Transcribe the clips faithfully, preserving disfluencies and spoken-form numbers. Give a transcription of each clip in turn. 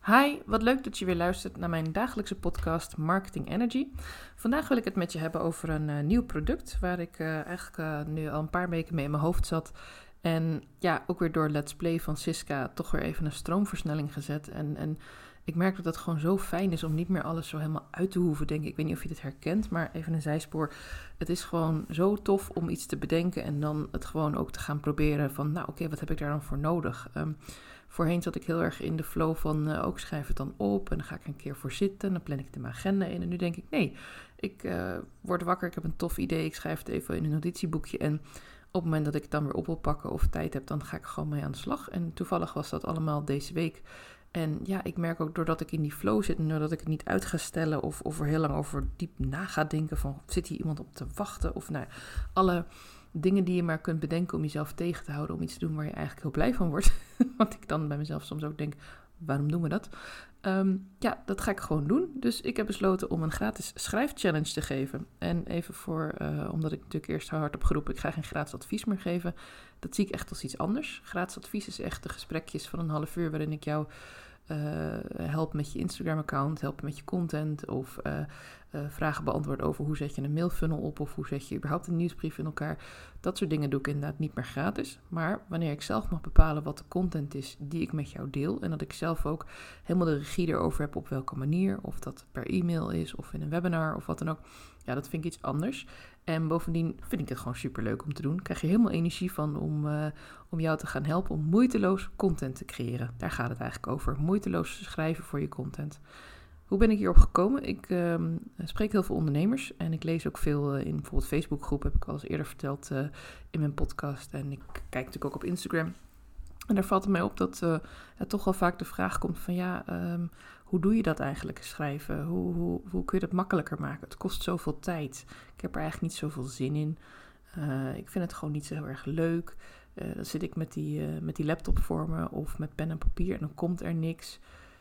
Hi, wat leuk dat je weer luistert naar mijn dagelijkse podcast Marketing Energy. Vandaag wil ik het met je hebben over een uh, nieuw product waar ik uh, eigenlijk uh, nu al een paar weken mee in mijn hoofd zat. En ja, ook weer door Let's Play van Siska toch weer even een stroomversnelling gezet. En, en ik merk dat het gewoon zo fijn is om niet meer alles zo helemaal uit te hoeven denken. Ik weet niet of je dit herkent, maar even een zijspoor. Het is gewoon zo tof om iets te bedenken en dan het gewoon ook te gaan proberen van, nou oké, okay, wat heb ik daar dan voor nodig? Um, Voorheen zat ik heel erg in de flow van uh, ook schrijf het dan op en dan ga ik een keer voor zitten en dan plan ik het in mijn agenda in. En nu denk ik, nee, ik uh, word wakker, ik heb een tof idee, ik schrijf het even in een notitieboekje en op het moment dat ik het dan weer op wil pakken of tijd heb, dan ga ik gewoon mee aan de slag. En toevallig was dat allemaal deze week. En ja, ik merk ook doordat ik in die flow zit en doordat ik het niet uit ga stellen of, of er heel lang over diep na ga denken van, zit hier iemand op te wachten? Of nou, alle dingen die je maar kunt bedenken om jezelf tegen te houden, om iets te doen waar je eigenlijk heel blij van wordt. Want ik dan bij mezelf soms ook denk, waarom doen we dat? Um, ja, dat ga ik gewoon doen. Dus ik heb besloten om een gratis schrijfchallenge te geven. En even voor, uh, omdat ik natuurlijk eerst hard heb geroepen, ik ga geen gratis advies meer geven. Dat zie ik echt als iets anders. Gratis advies is echt de gesprekjes van een half uur waarin ik jou Uh, help met je Instagram-account, help met je content of uh, uh, vragen beantwoorden over hoe zet je een mailfunnel op of hoe zet je überhaupt een nieuwsbrief in elkaar. Dat soort dingen doe ik inderdaad niet meer gratis. Maar wanneer ik zelf mag bepalen wat de content is die ik met jou deel en dat ik zelf ook helemaal de regie erover heb op welke manier, of dat per e-mail is of in een webinar of wat dan ook, ja, dat vind ik iets anders. En bovendien vind ik het gewoon superleuk om te doen. Krijg je helemaal energie van om, uh, om jou te gaan helpen om moeiteloos content te creëren. Daar gaat het eigenlijk over. Moeiteloos schrijven voor je content. Hoe ben ik hierop gekomen? Ik uh, spreek heel veel ondernemers en ik lees ook veel uh, in bijvoorbeeld Facebookgroep, heb ik al eens eerder verteld uh, in mijn podcast. En ik kijk natuurlijk ook op Instagram. En daar valt het mij op dat uh, er toch wel vaak de vraag komt van ja, um, hoe doe je dat eigenlijk, schrijven? Hoe, hoe, hoe kun je dat makkelijker maken? Het kost zoveel tijd. Ik heb er eigenlijk niet zoveel zin in. Uh, ik vind het gewoon niet zo heel erg leuk. Uh, dan zit ik met die, uh, met die laptop voor me of met pen en papier en dan komt er niks.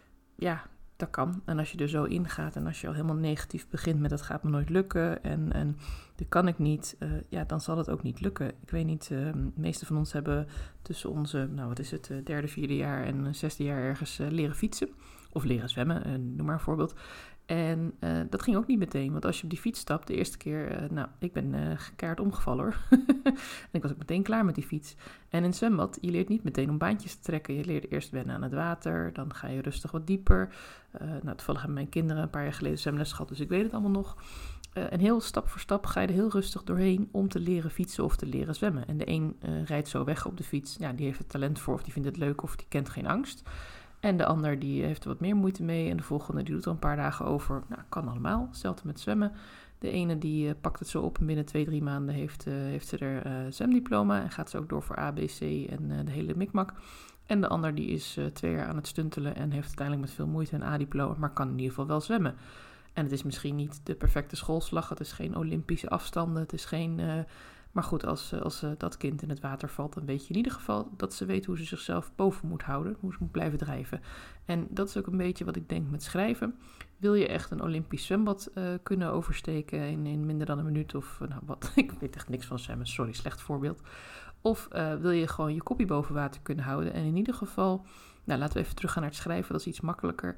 Ja, dat kan. En als je er zo in gaat en als je al helemaal negatief begint met dat gaat me nooit lukken en, en dit kan ik niet, uh, ja, dan zal het ook niet lukken. Ik weet niet, uh, de meeste van ons hebben tussen onze, nou wat is het, uh, derde, vierde jaar en uh, zesde jaar ergens uh, leren fietsen of leren zwemmen, uh, noem maar een voorbeeld. En uh, dat ging ook niet meteen, want als je op die fiets stapt, de eerste keer, uh, nou, ik ben uh, keihard omgevallen hoor. En ik was ook meteen klaar met die fiets. En in het zwembad, je leert niet meteen om baantjes te trekken. Je leert eerst wennen aan het water, dan ga je rustig wat dieper. Uh, nou, toevallig hebben mijn kinderen een paar jaar geleden zwemles gehad, dus ik weet het allemaal nog. Uh, en heel stap voor stap ga je er heel rustig doorheen om te leren fietsen of te leren zwemmen. En de een uh, rijdt zo weg op de fiets, ja, die heeft er talent voor of die vindt het leuk of die kent geen angst. En de ander die heeft er wat meer moeite mee en de volgende die doet er een paar dagen over. Nou, kan allemaal, hetzelfde met zwemmen. De ene die uh, pakt het zo op en binnen twee, drie maanden heeft, uh, heeft ze er uh, zwemdiploma en gaat ze ook door voor A, B, C en uh, de hele mikmak. En de ander die is uh, twee jaar aan het stuntelen en heeft uiteindelijk met veel moeite een A-diploma, maar kan in ieder geval wel zwemmen. En het is misschien niet de perfecte schoolslag, het is geen Olympische afstanden, het is geen... Uh, maar goed, als, als uh, dat kind in het water valt, dan weet je in ieder geval dat ze weet hoe ze zichzelf boven moet houden, hoe ze moet blijven drijven. En dat is ook een beetje wat ik denk met schrijven. Wil je echt een Olympisch zwembad uh, kunnen oversteken in, in minder dan een minuut of, uh, nou wat, ik weet echt niks van zwemmen, sorry, slecht voorbeeld. Of uh, wil je gewoon je koppie boven water kunnen houden en in ieder geval, nou laten we even teruggaan naar het schrijven, dat is iets makkelijker.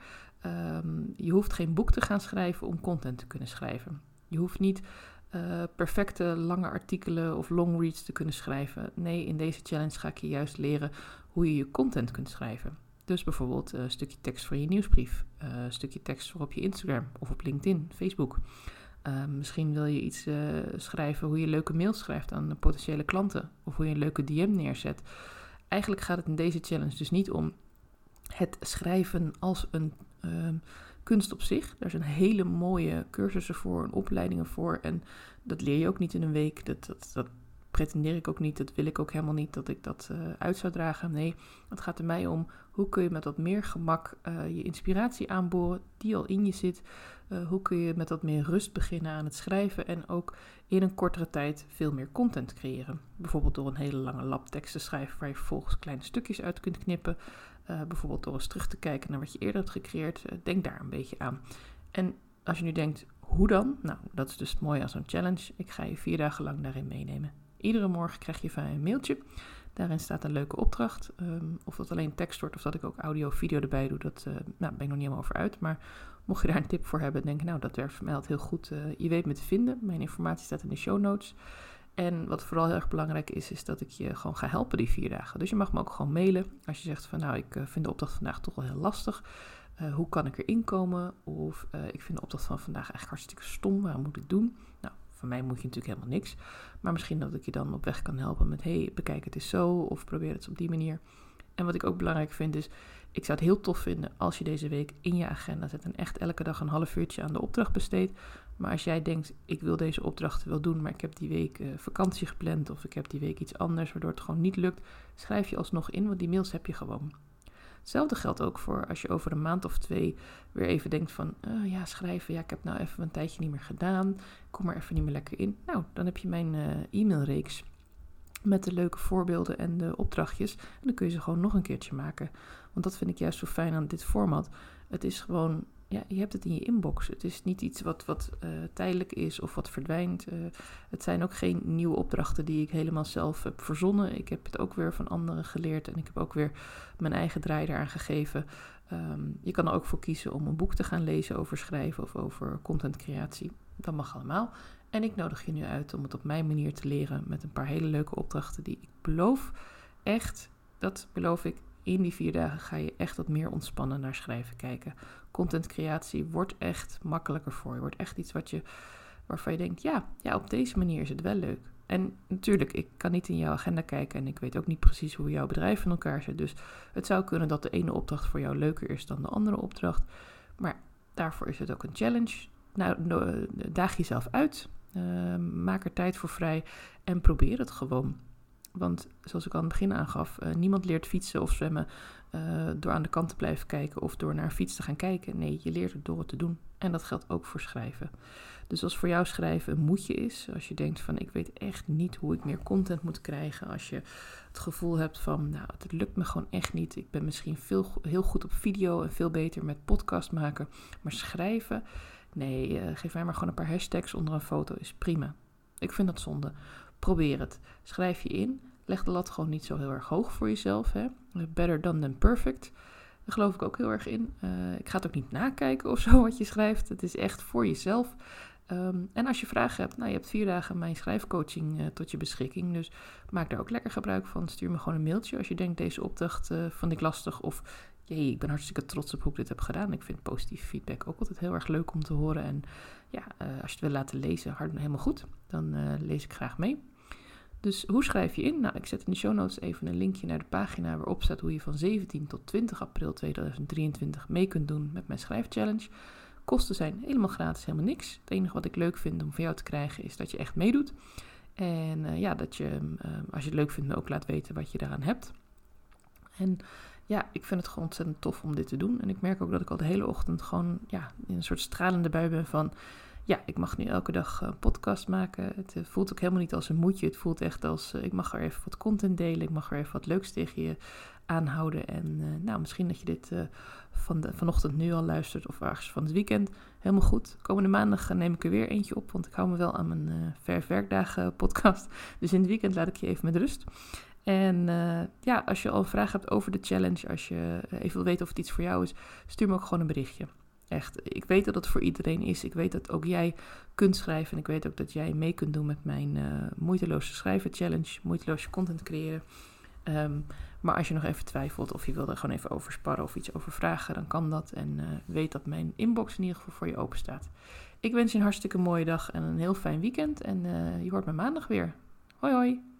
Um, je hoeft geen boek te gaan schrijven om content te kunnen schrijven. Je hoeft niet uh, perfecte lange artikelen of long reads te kunnen schrijven. Nee, in deze challenge ga ik je juist leren hoe je je content kunt schrijven. Dus bijvoorbeeld een stukje tekst voor je nieuwsbrief, uh, een stukje tekst voor op je Instagram of op LinkedIn, Facebook. Uh, misschien wil je iets uh, schrijven hoe je leuke mails schrijft aan potentiële klanten of hoe je een leuke D M neerzet. Eigenlijk gaat het in deze challenge dus niet om het schrijven als een uh, kunst op zich. Daar zijn hele mooie cursussen voor en opleidingen voor en dat leer je ook niet in een week. Dat, dat, dat pretendeer ik ook niet, dat wil ik ook helemaal niet dat ik dat uh, uit zou dragen. Nee, het gaat er mij om hoe kun je met wat meer gemak uh, je inspiratie aanboren die al in je zit. Uh, hoe kun je met wat meer rust beginnen aan het schrijven en ook in een kortere tijd veel meer content creëren. Bijvoorbeeld door een hele lange lap tekst te schrijven waar je vervolgens kleine stukjes uit kunt knippen. Uh, bijvoorbeeld door eens terug te kijken naar wat je eerder hebt gecreëerd. Uh, denk daar een beetje aan. En als je nu denkt, hoe dan? Nou, dat is dus het mooie aan zo'n challenge. Ik ga je vier dagen lang daarin meenemen. Iedere morgen krijg je van een mailtje Daarin staat een leuke opdracht. Um, of dat alleen tekst wordt of dat ik ook audio of video erbij doe, dat uh, nou, ben ik nog niet helemaal over uit. Maar mocht je daar een tip voor hebben, denk ik, nou, dat werkt voor mij altijd heel goed. Uh, je weet me te vinden. Mijn informatie staat in de show notes. En wat vooral heel erg belangrijk is, is dat ik je gewoon ga helpen die vier dagen. Dus je mag me ook gewoon mailen als je zegt van, nou, ik uh, vind de opdracht vandaag toch wel heel lastig. Uh, hoe kan ik erin komen? Of uh, ik vind de opdracht van vandaag eigenlijk hartstikke stom. Waarom moet ik het doen? Nou, van mij moet je natuurlijk helemaal niks. Maar misschien dat ik je dan op weg kan helpen met, hey, bekijk het eens zo. Of probeer het op die manier. En wat ik ook belangrijk vind is, ik zou het heel tof vinden als je deze week in je agenda zet en echt elke dag een half uurtje aan de opdracht besteedt. Maar als jij denkt, ik wil deze opdrachten wel doen, maar ik heb die week uh, vakantie gepland of ik heb die week iets anders waardoor het gewoon niet lukt, schrijf je alsnog in, want die mails heb je gewoon. Hetzelfde geldt ook voor als je over een maand of twee weer even denkt van, uh, ja, schrijven, ja, ik heb nou even een tijdje niet meer gedaan, ik kom er even niet meer lekker in. Nou, dan heb je mijn uh, e-mailreeks met de leuke voorbeelden en de opdrachtjes. En dan kun je ze gewoon nog een keertje maken. Want dat vind ik juist zo fijn aan dit format. Het is gewoon, ja, je hebt het in je inbox. Het is niet iets wat, wat uh, tijdelijk is of wat verdwijnt. Uh, het zijn ook geen nieuwe opdrachten die ik helemaal zelf heb verzonnen. Ik heb het ook weer van anderen geleerd. En ik heb ook weer mijn eigen draai eraan gegeven. Um, je kan er ook voor kiezen om een boek te gaan lezen over schrijven of over contentcreatie. Dat mag allemaal. En ik nodig je nu uit om het op mijn manier te leren met een paar hele leuke opdrachten die ik beloof. Echt, dat beloof ik, in die vier dagen ga je echt wat meer ontspannen naar schrijven kijken. Contentcreatie wordt echt makkelijker voor je. Wordt echt iets wat je, waarvan je denkt, ja, ja, op deze manier is het wel leuk. En natuurlijk, ik kan niet in jouw agenda kijken en ik weet ook niet precies hoe jouw bedrijf in elkaar zit. Dus het zou kunnen dat de ene opdracht voor jou leuker is dan de andere opdracht. Maar daarvoor is het ook een challenge. Nou, daag jezelf uit. Uh, maak er tijd voor vrij en probeer het gewoon. Want zoals ik al aan het begin aangaf, uh, niemand leert fietsen of zwemmen uh, door aan de kant te blijven kijken of door naar een fiets te gaan kijken. Nee, je leert het door het te doen. En dat geldt ook voor schrijven. Dus als voor jou schrijven een moedje is, als je denkt van ik weet echt niet hoe ik meer content moet krijgen, als je het gevoel hebt van nou het lukt me gewoon echt niet, ik ben misschien veel, heel goed op video en veel beter met podcast maken, maar schrijven, nee, uh, geef mij maar gewoon een paar hashtags onder een foto, is prima. Ik vind dat zonde. Probeer het. Schrijf je in. Leg de lat gewoon niet zo heel erg hoog voor jezelf. Hè? Better done than perfect. Daar geloof ik ook heel erg in. Uh, ik ga het ook niet nakijken of zo wat je schrijft. Het is echt voor jezelf. Um, en als je vragen hebt, nou je hebt vier dagen mijn schrijfcoaching uh, tot je beschikking. Dus maak daar ook lekker gebruik van. Stuur me gewoon een mailtje als je denkt deze opdracht uh, vond ik lastig. Of jee, ik ben hartstikke trots op hoe ik dit heb gedaan. Ik vind positieve feedback ook altijd heel erg leuk om te horen. En ja, uh, als je het wil laten lezen, hard, helemaal goed. Dan uh, lees ik graag mee. Dus hoe schrijf je in? Nou, ik zet in de show notes even een linkje naar de pagina waarop staat hoe je van zeventien tot twintig april tweeduizend drieëntwintig mee kunt doen met mijn schrijfchallenge. Kosten zijn helemaal gratis, helemaal niks. Het enige wat ik leuk vind om van jou te krijgen is dat je echt meedoet. En uh, ja, dat je, uh, als je het leuk vindt, me ook laat weten wat je daaraan hebt. En ja, ik vind het gewoon ontzettend tof om dit te doen. En ik merk ook dat ik al de hele ochtend gewoon ja, in een soort stralende bui ben van ja, ik mag nu elke dag een podcast maken. Het voelt ook helemaal niet als een moedje. Het voelt echt als, uh, ik mag er even wat content delen. Ik mag er even wat leuks tegen je aanhouden. En uh, nou, misschien dat je dit uh, van de, vanochtend nu al luistert of ergens van het weekend. Helemaal goed. Komende maandag neem ik er weer eentje op, want ik hou me wel aan mijn uh, vijf werkdagen podcast. Dus in het weekend laat ik je even met rust. En uh, ja, als je al een vraag hebt over de challenge, als je even wil weten of het iets voor jou is, stuur me ook gewoon een berichtje. Echt, ik weet dat het voor iedereen is. Ik weet dat ook jij kunt schrijven. En ik weet ook dat jij mee kunt doen met mijn uh, moeiteloze schrijven challenge. Moeiteloos content creëren. Um, maar als je nog even twijfelt of je wil er gewoon even over sparren of iets over vragen, dan kan dat. En uh, weet dat mijn inbox in ieder geval voor je open staat. Ik wens je een hartstikke mooie dag en een heel fijn weekend. En uh, je hoort me maandag weer. Hoi hoi!